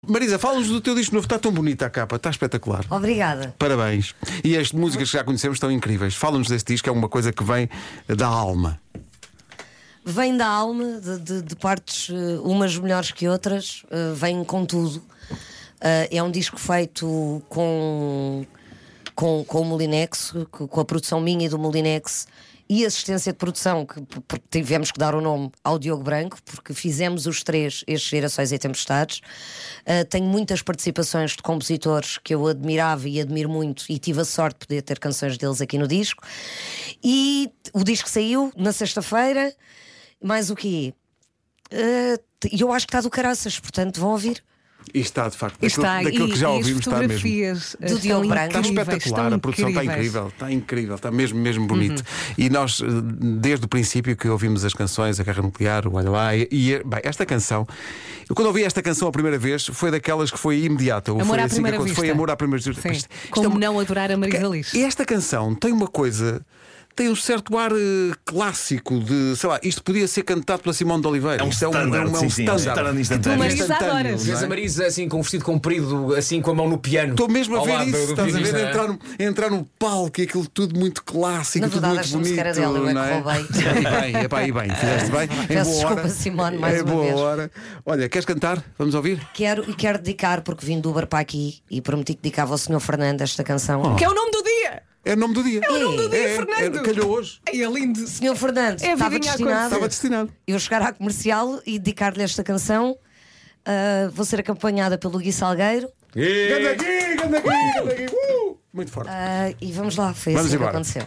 Marisa, fala-nos do teu disco novo. Está tão bonita a capa, está espetacular. Obrigada. Parabéns. E as músicas que já conhecemos estão incríveis. Fala-nos deste disco, é uma coisa que vem da alma. Vem da alma, de partes umas melhores que outras, vem com tudo. É um disco feito com o Molinex, com a produção minha e do Molinex e assistência de produção, porque tivemos que dar o nome ao Diogo Branco, porque fizemos os três, estes Gerações e Tempestades. Tenho muitas participações de compositores que eu admirava e admiro muito, e tive a sorte de poder ter canções deles aqui no disco. E o disco saiu na sexta-feira. Mais o quê? Eu acho que está do caraças, portanto vão ouvir. E está, de facto, Está, daquilo que já ouvimos, está mesmo. Do Diogo Branco. Está espetacular, a produção está incrível, está mesmo bonito. E nós, desde o princípio que ouvimos as canções, A Guerra Nuclear, o Olha Lá, bem, esta canção, eu quando ouvi esta canção a primeira vez, foi daquelas que foi imediata. Amor à primeira vista. Foi Amor à Primeira Vista. Como não adorar a Marisa Liz. E esta canção tem uma coisa. Tem um certo ar clássico de, sei lá, isto podia ser cantado pela Simone de Oliveira. É um standard, um standard instantâneo. Marisa adoras. Vês a Marisa assim com um vestido comprido, assim com a mão no piano. Estou mesmo a ao ver lado isso, do estás a ver? pianista. Entrar no palco e aquilo tudo muito clássico, Na tudo verdade, muito bonito. era dela, eu é não que roubei. E bem, fizeste bem. Peço desculpa, Simone, mais uma boa vez. hora. Olha, queres cantar? Vamos ouvir? Quero dedicar, porque vim do Uber para aqui e prometi que dedicava ao Sr. Fernando esta canção. Que é o nome do dia. É o nome do dia. É o nome do dia, Fernando. Calhou hoje. É lindo. Sr. Fernando, É a estava vidinha a destinado. Estava destinado. Eu chegar à comercial e dedicar-lhe esta canção. Vou ser acompanhada pelo Gui Salgueiro. Ganda aqui. Muito forte. E vamos lá, foi Vamos assim que embora. aconteceu.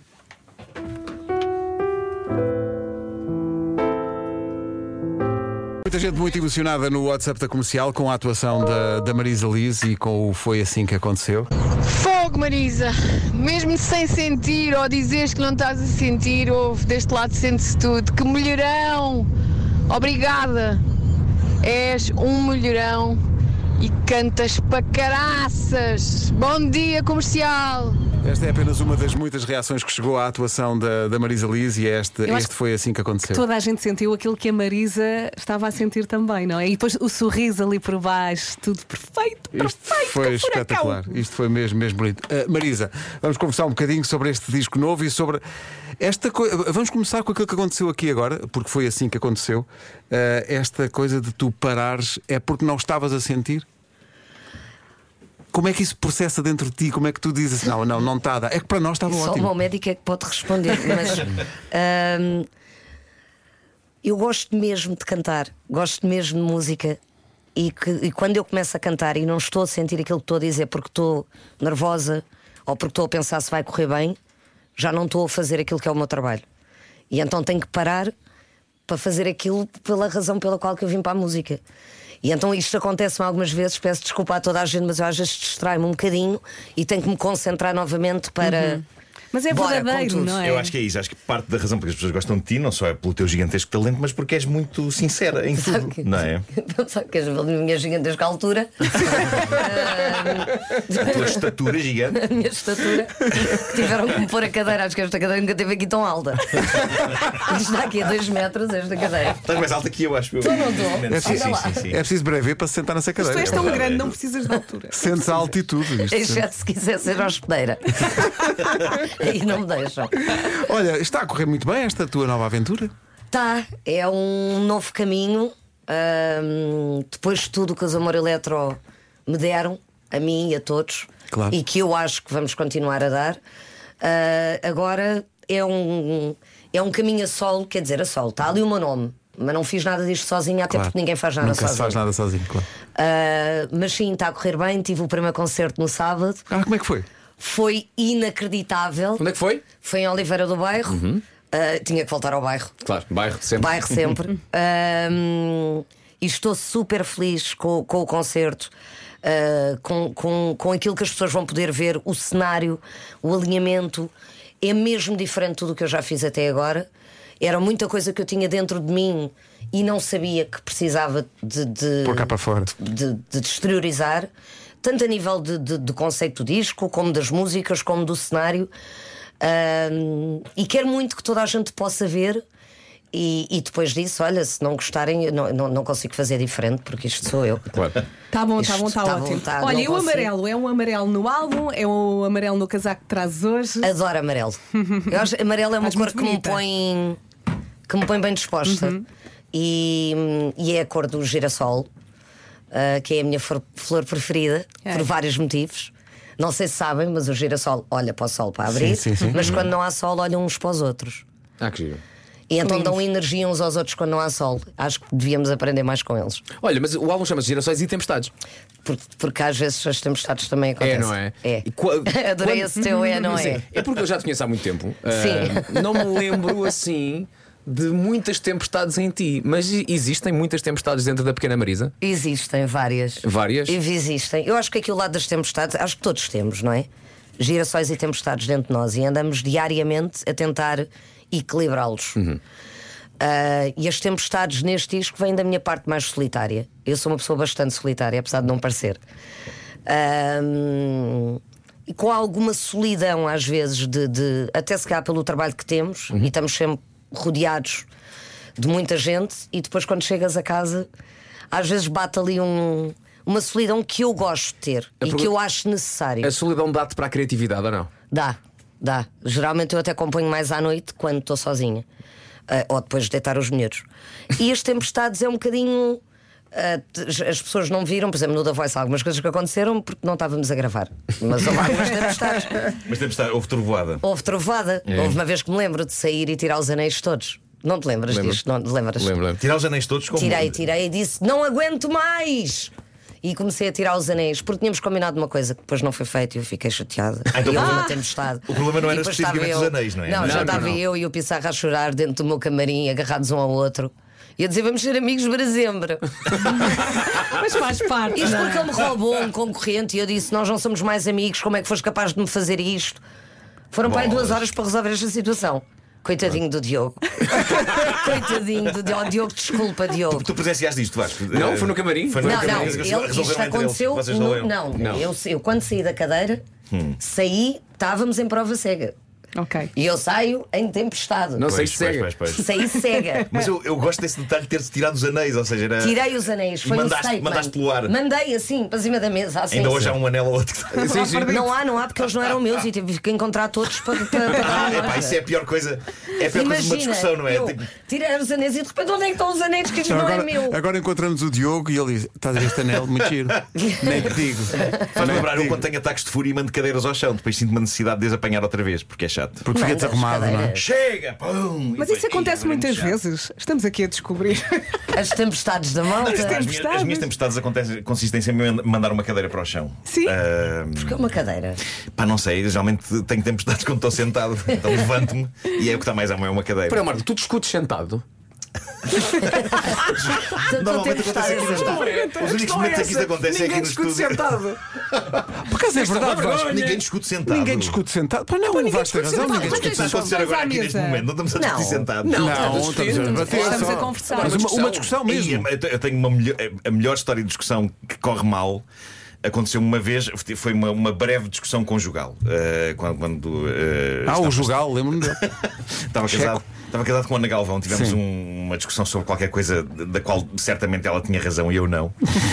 Muita gente muito emocionada no WhatsApp da Comercial com a atuação da Marisa Liz e com o Foi Assim que Aconteceu. Fogo, Marisa! Mesmo sem sentir ou dizeres que não estás a sentir, ouve, deste lado sente-se tudo. Que mulherão! Obrigada! És um mulherão e cantas para caraças! Bom dia, Comercial! Esta é apenas uma das muitas reações que chegou à atuação da Marisa Liz e acho este Foi Assim que Aconteceu. Toda a gente sentiu aquilo que a Marisa estava a sentir também, não é? E depois o sorriso ali por baixo, tudo perfeito. Isto foi espetacular. Isto foi mesmo bonito. Marisa, vamos conversar um bocadinho sobre este disco novo e sobre esta coisa. Vamos começar com aquilo que aconteceu aqui agora, porque foi assim que aconteceu. Esta coisa de tu parares é porque não estavas a sentir? Como é que isso processa dentro de ti? Como é que tu dizes assim, não está a dar? É que para nós estava Só ótimo. uma médica é que pode responder, mas eu gosto mesmo de cantar, gosto mesmo de música. E quando eu começo a cantar e não estou a sentir aquilo que estou a dizer porque estou nervosa ou porque estou a pensar se vai correr bem, já não estou a fazer aquilo que é o meu trabalho. E então tenho que parar para fazer aquilo pela razão pela qual que eu vim para a música. E então isto acontece-me algumas vezes, peço desculpa a toda a gente, mas eu às vezes distrai-me um bocadinho e tenho que me concentrar novamente para... Mas é Bora, verdadeiro, com tudo. não é? Eu acho que é isso. Acho que parte da razão porque as pessoas gostam de ti não só é pelo teu gigantesco talento, mas porque és muito sincera em tudo, não é? Sabe que a minha gigantesca altura, A tua estatura gigante. a minha estatura, que tiveram que me pôr a cadeira. Acho que esta cadeira nunca teve aqui tão alta. Isto está aqui a 2 metros, esta cadeira. Estás mais alta que eu, acho. Tu não estou. Sim. É preciso breve para se sentar nessa Se tu cadeira. és tão grande, não precisas de altura. Sentes a altitude. Isto. Exceto se quiser ser hospedeira. Aí não me deixam. Olha, está a correr muito bem esta tua nova aventura? Tá, é um novo caminho. Depois de tudo que os Amor Eletro me deram, a mim e a todos, Claro. e que eu acho que vamos continuar a dar, agora é um caminho a solo, quer dizer, a solo. Está ali o meu nome, mas não fiz nada disto sozinha, até Claro. porque ninguém faz nada Nunca sozinho. se faz nada sozinho, claro. Mas sim, está a correr bem. Tive o primeiro concerto no sábado. Como é que foi? Foi inacreditável. Onde é que foi? Foi em Oliveira do Bairro. Tinha que voltar ao bairro. Claro, bairro sempre. Bairro sempre. E estou super feliz com o concerto, com aquilo que as pessoas vão poder ver, o cenário, o alinhamento. É mesmo diferente de tudo o que eu já fiz até agora. Era muita coisa que eu tinha dentro de mim e não sabia que precisava de Pôr cá para fora. de exteriorizar, tanto a nível de conceito do disco, como das músicas, como do cenário. E quero muito que toda a gente possa ver E depois disso, olha, se não gostarem, eu não consigo fazer diferente, porque isto sou eu. Claro. Tá bom, Isto está tá bom, ótimo. tá, Olha, não e o consigo. amarelo? É um amarelo no álbum? É um amarelo no casaco que trazes hoje? Adoro amarelo. Eu acho que amarelo é uma Estás cor muito que me bonita. põe bem disposta. E é a cor do girassol, que é a minha flor preferida, por vários motivos. Não sei se sabem, mas o girassol olha para o sol para abrir, Sim. mas quando não há sol, olham uns para os outros. Que giro. E então dão energia uns aos outros quando não há sol. Acho que devíamos aprender mais com eles. Olha, mas o álbum chama-se Gerações e Tempestades. Porque às vezes as tempestades também acontecem. Não é? É. E Adorei esse teu não Sim, é? é porque eu já te conheço há muito tempo. Sim. Não me lembro assim de muitas tempestades em ti. Mas existem muitas tempestades dentro da pequena Marisa? Existem várias. Várias? Existem. Eu acho que aqui o lado das tempestades, acho que todos temos, não é? Girassóis e tempestades dentro de nós e andamos diariamente a tentar equilibrá-los. E as tempestades neste disco vêm da minha parte mais solitária. Eu sou uma pessoa bastante solitária, apesar de não parecer. E com alguma solidão, às vezes, até se calhar pelo trabalho que temos, e estamos sempre rodeados de muita gente, e depois, quando chegas a casa, às vezes bate ali uma solidão que eu gosto de ter e que eu acho necessário. A solidão dá-te para a criatividade ou não? Dá. Geralmente eu até componho mais à noite quando estou sozinha, ou depois de deitar os miúdos. E as tempestades é um bocadinho. As pessoas não viram, por exemplo, no The Voice, algumas coisas que aconteceram porque não estávamos a gravar. Mas houve algumas tempestades. Mas tempestade, houve trovoada. Houve trovoada. Houve uma vez que me lembro de sair e tirar os anéis todos. Não te lembras disto? Não te lembras? Lembro. Tirar os anéis todos como. Tirei e disse: não aguento mais! E comecei a tirar os anéis, porque tínhamos combinado uma coisa que depois não foi feita e eu fiquei chateada. Então e houve uma tempestade. O problema não era E depois especificamente estava os anéis, não é? Não, já Não, estava não. eu e o Pissarra a chorar dentro do meu camarim, agarrados um ao outro. E a dizer: vamos ser amigos para sempre. Mas faz parte. Isto não é? porque ele me roubou um concorrente e eu disse: nós não somos mais amigos, como é que foste capaz de me fazer isto? Foram para aí 2 horas para resolver esta situação. Coitadinho do Diogo. Coitadinho do Diogo. Diogo, desculpa, Diogo. Tu presenciaste isto, Vasco? Não, foi no camarim. Foi no Não, camarim. isto Resolveram entre aconteceu. eles. Vocês resolveram. Não. Eu quando saí da cadeira, estávamos em prova cega. Ok. E eu saio em tempestade. Não sei Pois, se cega. pois. Saí cega. Mas eu gosto desse detalhe de ter-se tirado os anéis, ou seja, era. Tirei os anéis. Foi um statement. mandaste pelo ar. Mandei assim, para cima da mesa. Assim, Ainda assim. hoje há um anel ou outro. Sim. Não há, porque eles não eram meus e tive que encontrar todos para dar uma Epá, isso é a pior coisa. É a pior coisa de uma discussão, não é? eu Tipo, tirei os anéis e de repente onde é que estão os anéis que isto não é meu? Agora encontramos o Diogo e ele diz: estás a ver este anel? Muito giro. Nem te digo. faz-me lembrar, eu quando tenho ataques de fúria e mando cadeiras ao chão, depois sinto uma necessidade de as apanhar outra vez, porque é chato. Porque fica Mandas desarrumado, não é? cadeiras. Chega! Pum! Mas isso acontece muitas vezes. Estamos aqui a descobrir. As tempestades da malta. As minhas tempestades consistem sempre em mandar uma cadeira para o chão. Sim. Porque é uma cadeira. Pá, não sei, geralmente tenho tempestades quando estou sentado, então levanto-me e é o que está mais à mão, é uma cadeira. Espera, Marco, tu discutes sentado? Normalmente acontece aqui no estúdio. Os únicos momentos em que isto acontece é aqui no estúdio. sentado. Por acaso é verdade, Vasco. Ninguém discute sentado. Ninguém discute sentado. Pá, não, o Vasco tem razão. Ninguém discute Está a sentado. acontecer agora aqui à neste mesa. momento. Não estamos a discutir Não. sentados. Não, estamos a debater. Estamos só. a conversar. Mas uma discussão E mesmo. eu tenho a melhor história de discussão que corre mal. Aconteceu-me uma vez, foi uma breve discussão conjugal. Quando O Jugal, lembro-me dele. Estava casado com a Ana Galvão. Tivemos uma discussão sobre qualquer coisa da qual certamente ela tinha razão e eu não.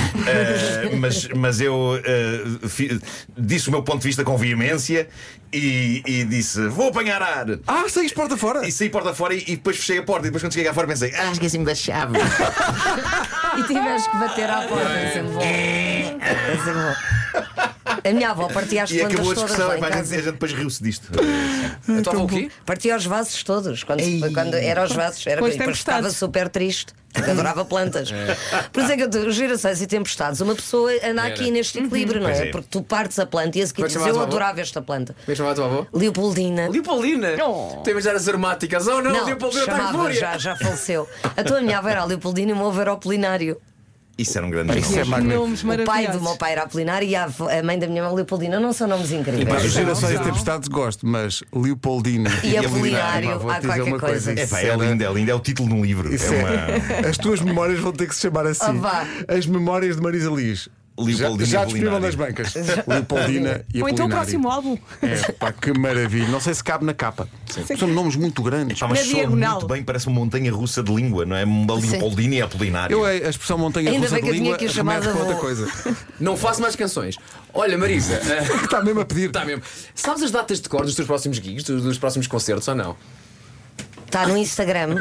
Mas eu disse o meu ponto de vista com veemência e disse: vou apanhar ar. Saíste porta fora. E saí porta fora e depois fechei a porta. E depois, quando cheguei cá fora, pensei: esqueci-me da chave. E tiveste que bater à porta. Isso é bom. A minha avó partia as E plantas acabou a todas discussão. lá em E a casa. gente depois riu-se disto. A tua avó o quê? Partia os vasos todos. Quando era os vasos, era Pois depois tempestades. estava super triste. Porque adorava plantas. Por isso é que os girassóis e tempestades, uma pessoa anda aqui neste equilíbrio, não Pois é? é. Porque tu partes a planta e a seguir Como é que dizes: chamava a eu tua avó? adorava esta planta. Como é que chamava a tua avó? Leopoldina. Leopoldina? Tu imaginar as aromáticas? Oh não, Não, Leopoldina está em chamava, fúria. já faleceu. A tua minha avó era a Leopoldina e o meu avô era o Apolinário. Isso era um grande Isso é nome. magnífico. Nomes O pai do maravilhosos. meu pai era Apolinário e a mãe da minha mãe Leopoldina. Não são nomes Pá, incríveis. os gerações Não. de tempestades gosto, mas Leopoldina E Apolinário, Apolinário, pá, vou-te há dizer qualquer uma coisa. isso É lindo, é o título de um livro. Isso É uma... As tuas memórias vão ter que se chamar assim. Oh, vá. As memórias de Marisa Liz. Leopoldina Já e disponível Apolinário. nas bancas. Leopoldina e Ou então o Apolinário. próximo álbum. É, pá, que maravilha. Não sei se cabe na capa. São nomes muito grandes. Pá, mas Na soa diagonal. muito bem, parece uma montanha russa de língua, não é? Uma Leopoldina e Apolinário. Eu, a expressão montanha Ainda russa bem de que eu tinha língua aqui a chamada remete para outra avó. coisa. Não faço mais canções. Olha, Marisa, Que está mesmo a pedir. está mesmo. Sabes as datas de cor dos teus próximos gigs, dos próximos concertos ou não? Está no Instagram.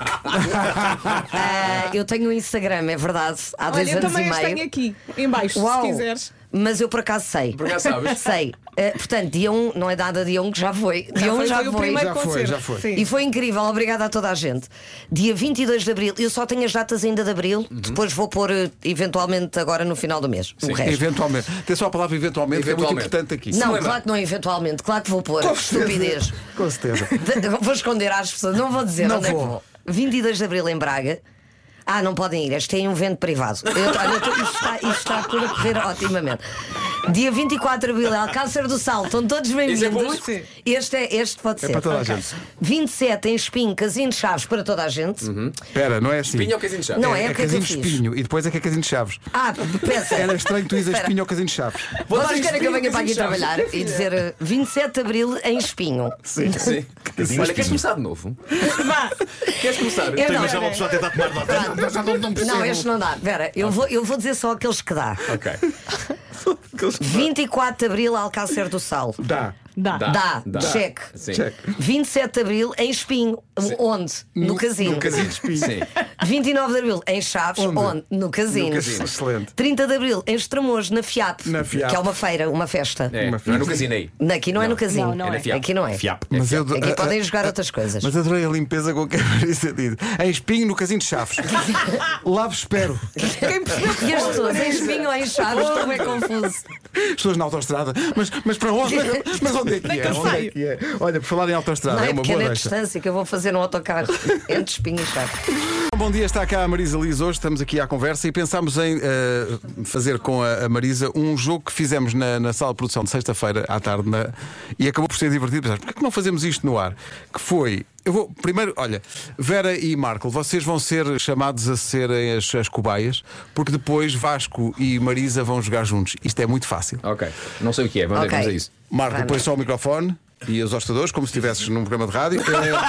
Eu tenho um Instagram, é verdade. Há 2 Olha, eu anos também e as meio. tenho aqui, em baixo, Uau. se quiseres. Mas eu por acaso sei. Por acaso sabes? Sei. Portanto, dia 1, não é nada dia 1 que já foi. Dia 1 já foi o primeiro Já foi, concerto. já foi. Sim. E foi incrível, obrigada a toda a gente. Dia 22 de Abril, eu só tenho as datas ainda de Abril, depois vou pôr eventualmente agora no final do mês. O resto. Eventualmente. Tem só a palavra eventualmente, que é muito Eventualmente. importante aqui. Não, lembra? claro que não é eventualmente, claro que vou pôr. Com certeza. Estupidez. Com certeza. Vou esconder às pessoas, não vou dizer Não onde é que vou. vou. 22 de Abril em Braga. Não podem ir, este tem um vento privado. Isto está a correr otimamente. Dia 24 de Abril, Alcácer do Sal, estão todos Isso é bom, bem-vindos. sim. Este pode ser. para toda a gente. 27 em Espinho, Casino de Chaves para toda a gente. Espera, não é assim. Espinho ou casinho de chave? Não é, É o que é que eu casinho de fiz? espinho e depois é que é casinho de chaves. Pensa. Era estranho tu ires a Espera. espinho ao casinho de chaves. Vocês querem que eu venha para aqui trabalhar e dizer 27 de Abril em Espinho? Sim. Sim. Casinho Olha, de queres começar de novo? Queres começar? Eu Então não. imagina uma pessoa a tentar tomar nota. Não, este não dá. Vera, eu vou dizer só aqueles que dá. Ok. 24 de Abril, Alcácer do Sal. Dá. Dá. Dá. Cheque. Sim. Check. 27 de Abril em Espinho. Onde? No Casino. No casinho de espinho. Sim. 29 de Abril em Chaves. Onde? No Casino. No Casino. Excelente. 30 de Abril em Estremoz, na FIAP. Na FIAP. Que é uma feira, uma festa. É, Uma não é no casino aí. Aqui não é no Casino. Não, não é na FIAP. Aqui não é. Fiap. Mas eu, Aqui podem jogar outras coisas. Mas adorei a limpeza com que a Marisa diz. Em espinho no casinho de chaves. Lá vos espero. Quem percebeu? E as pessoas em Espinho ou em Chaves estão é confuso. Pessoas na autoestrada. Mas para onde? Mas onde é que é? Onde é que é? Olha, por falar em autoestrada, Não é é uma boa pequena deixa. distância que eu vou fazer no autocarro entre Espinho e Chaves. Bom dia, está cá a Marisa Liz hoje, estamos aqui à conversa e pensámos em fazer com a Marisa um jogo que fizemos na sala de produção de sexta-feira à tarde e acabou por ser divertido. Pensamos, porquê que não fazemos isto no ar? Que foi, eu vou, primeiro, olha, Vera e Marco, vocês vão ser chamados a serem as cobaias, porque depois Vasco e Marisa vão jogar juntos. Isto é muito fácil. Ok. Não sei o que é, vamos Ok. vamos a isso. Marco, Vamos. põe só o microfone e os hostadores, como se estivesses num programa de rádio.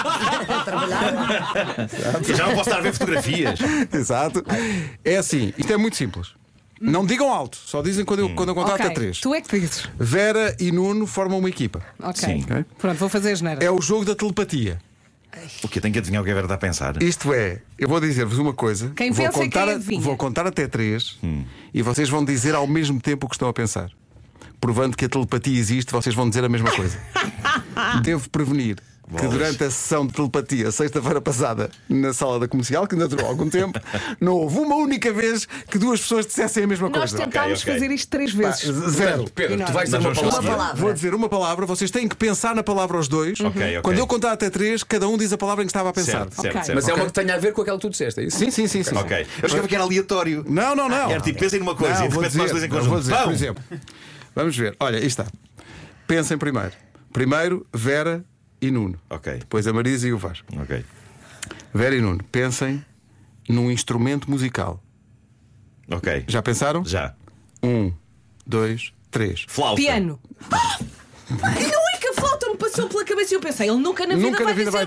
Eu já não posso estar a ver fotografias. Exato. É assim, isto é muito simples. Não digam alto, só dizem quando eu contar Ok, até 3. tu é que dizes. Vera e Nuno formam uma equipa. Ok. Sim. Ok? Pronto, vou fazer a geneira. É o jogo da telepatia. O que eu tenho que adivinhar o que a Vera está a pensar. Isto é, eu vou dizer-vos uma coisa. Quem vou pensa é contar, quem adivinha. vou contar até 3 e vocês vão dizer ao mesmo tempo o que estão a pensar. Provando que a telepatia existe, vocês vão dizer a mesma coisa. Devo prevenir que Bolas. durante a sessão de telepatia, sexta-feira passada, na sala da comercial, que ainda durou algum tempo, não houve uma única vez que duas pessoas dissessem a mesma Nós coisa. tentámos ok. fazer isto 3 Pá, vezes. zero. Pedro, tu vais dizer Nós uma vamos palavra. Uma palavra. Vou dizer uma palavra, vocês têm que pensar na palavra aos dois. Ok. Quando eu contar até 3, cada um diz a palavra em que estava a pensar. Certo, certo, Ok. certo. Mas é uma que tenha a ver com aquela que tu disseste, é isso? Sim, sim, sim, sim. Ok. Eu escrevo que era aleatório. Não, não, não. Era tipo, pensem numa coisa Não, e de vou repente nós dizer, dois em eu vou conjunto. dizer, por Pão! exemplo. Vamos ver. Olha, aí está. Pensem primeiro. Primeiro, Vera e Nuno. Ok. Depois a Marisa e o Vasco. Ok. Vera e Nuno, pensem num instrumento musical. Ok. Já pensaram? Já. 1, 2, 3. é Flauta. Piano. Não é que a flauta me passou pela cabeça e eu pensei, ele nunca na vida, Nunca na vida vai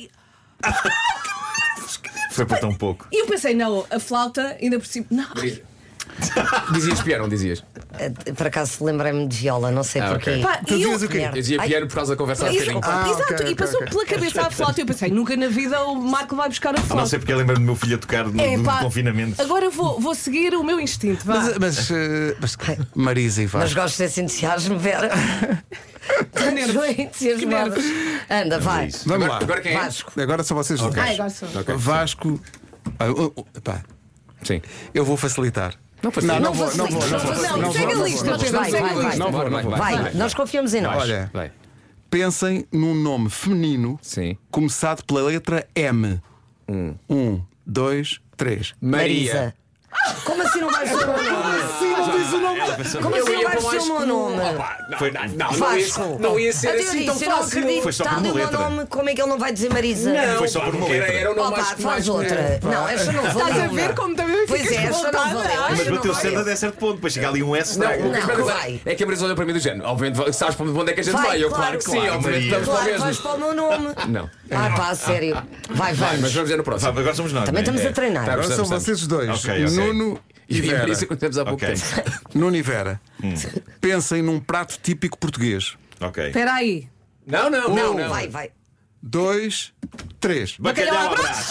Foi por tão pouco. E eu pensei, não, a flauta ainda por cima. Não. Dizias piano, não dizias? Por acaso lembrei-me de viola, não sei Ah, porquê. ok. Pá, Tu e eu- dizias o quê? Eu dizia Ai. piano por causa da conversa há bocadinho. Exato, ok, e passou ok. pela cabeça a flauta. Eu pensei, nunca na vida o Marco vai buscar a A não flauta. ser porque eu lembro-me do meu filho a tocar no Pá, confinamento. agora vou seguir o meu instinto. Vá. Mas Marisa e Mas Vasco. gosto desse entusiasmo, Vera. Estou entusiasmada. Anda, vai. isso. Vamos lá. Agora quem é? Vasco. Agora são vocês dois. Ai, agora sou. Vasco. Pá, Sim. eu vou facilitar. Não facilita. Não vou. Não, segue a lista, Pedro, Vai, segue a vai, lista. Não vou, não vou. Vai, nós confiamos em nós. Olha, Vai. pensem num nome feminino Sim. começado pela letra M. 1, 2, 3. Maria. Como assim não vai ser o meu nome? Sim, não disse o nome. Como assim vai ser o meu nome? Foi, Vasco. Não ia ser Até assim eu tão disse, eu não fácil. acredito. Foi só Está por uma ali o meu letra. nome, como é que ele não vai dizer Marisa? Foi só por uma letra. Era o nome Opa, mais faz outra. Não, esta não valeu. Estás a ver como também Pois ficas é, esta não revoltada? valeu. Mas esta não bateu valeu. certo a certo ponto. Depois chega ali um S. Não, estraga. o que espera Não, agora vai. é que a Marisa olhou para mim do género. Obviamente, sabes para onde é que a gente Vai, vai? Eu, claro, claro que sim, claro, obviamente, Maria. estamos para o Claro, vais mesmo. para o meu nome. Não. Ah, pá, a sério. Vai, Vai, mas vamos. vamos ver no próximo. Agora somos nós. Também não é? estamos a treinar. Tá. Agora são Estamos. vocês os dois, Ok, ok. Nuno e E a Vera. Marisa conhecemos há pouco Ok. tempo. Nuno e Vera. Pensem num prato típico português. Ok. Espera aí. Não. Não, vai. 2, 3. Bacalhau à brás.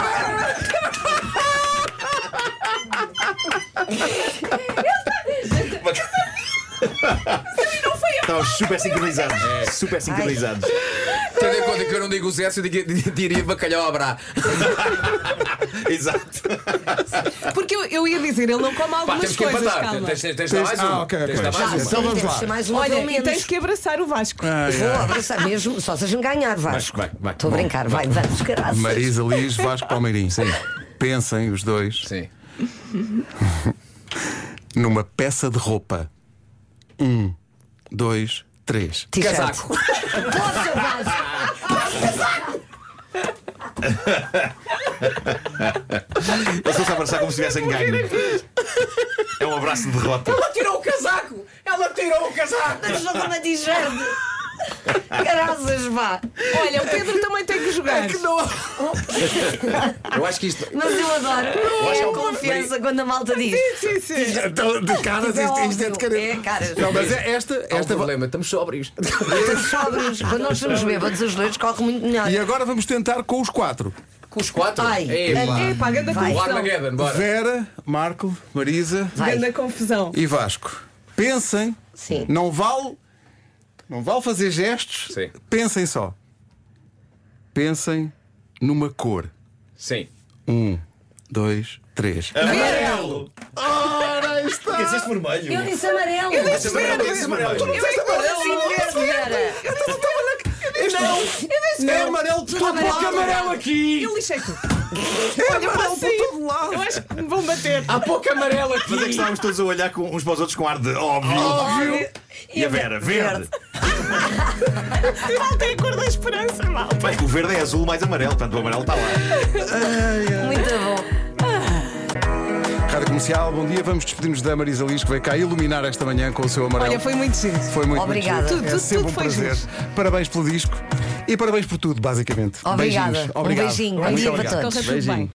Estamos super sincronizados. Super sincronizados. Tendo em conta que eu não digo os S, eu diria bacalhau à brá. Exato. Porque eu ia dizer, ele não come Pá, algumas temos que coisas, empatar. calma. Tens de dar mais uma. ok. Tens de dar mais Já, uma. Então vamos temos lá. de ser mais uma Olha, pelo e menos. tens que abraçar o Vasco. Vou abraçar mesmo, só seja ganhar, Vasco. Vai. Estou a brincar, vai, vamos, caraças. Marisa Liz, Vasco Palmeirim. Sim. Pensem os dois Sim. numa peça de roupa. 1, 2, 3. T-shirt. Casaco. Poxa, Vasco. Eles estão a abraçar como se tivessem ganho. É um abraço de derrota. Ela tirou o casaco! Ela tirou o casaco! Deixa eu uma t-shirt. Caraças, vá. Olha, o Pedro também tem que jogar. Eu acho que isto. Mas eu adoro. acho É a que- confiança quando a malta diz. Sim, sim. Então, de caras, isto é de óbvio. querer. É, caras. Não, mas esta. Há um esta problema, estamos sóbrios. Estamos sóbrios. Quando nós somos bêbados, os dois correm muito melhor. E agora vamos tentar com os 4. Com os 4? Ai. Epá, grande Vai. O confusão. Armageddon, bora. Vera, Marco, Marisa Vai. Grande confusão. e Vasco. Pensem. Sim. Não vale fazer gestos. Sim. Pensem só. Pensem numa cor. Sim. 1, 2, 3. Amarelo. Ora, aí está. Esqueceste vermelho. Eu disse amarelo. Disse amarelo. Disse amarelo. Sim, verde, Vera. Não é amarelo de todo lado. Amarelo aqui! Eu lixei tudo. É amarelo por todo lado. Eu acho que me vão bater. Há pouco amarelo aqui! Mas é que estávamos todos a olhar uns para os outros com ar de óbvio. E a Vera, verde. Mal tem a cor da esperança, mal. Bem, o verde é azul mais amarelo, portanto o amarelo está lá. Muito bom. Rádio Comercial, bom dia. Vamos despedir-nos da Marisa Liz, que veio cá iluminar esta manhã com o seu amarelo. Olha, foi muito giro. Foi muito Obrigada. muito giro. É Tudo, sempre tudo um foi prazer. giro. Parabéns pelo disco e parabéns por tudo, basicamente. Obrigada. Beijinhos. Um beijinho. Bom Muito dia para obrigado. todos. Corra tudo bem.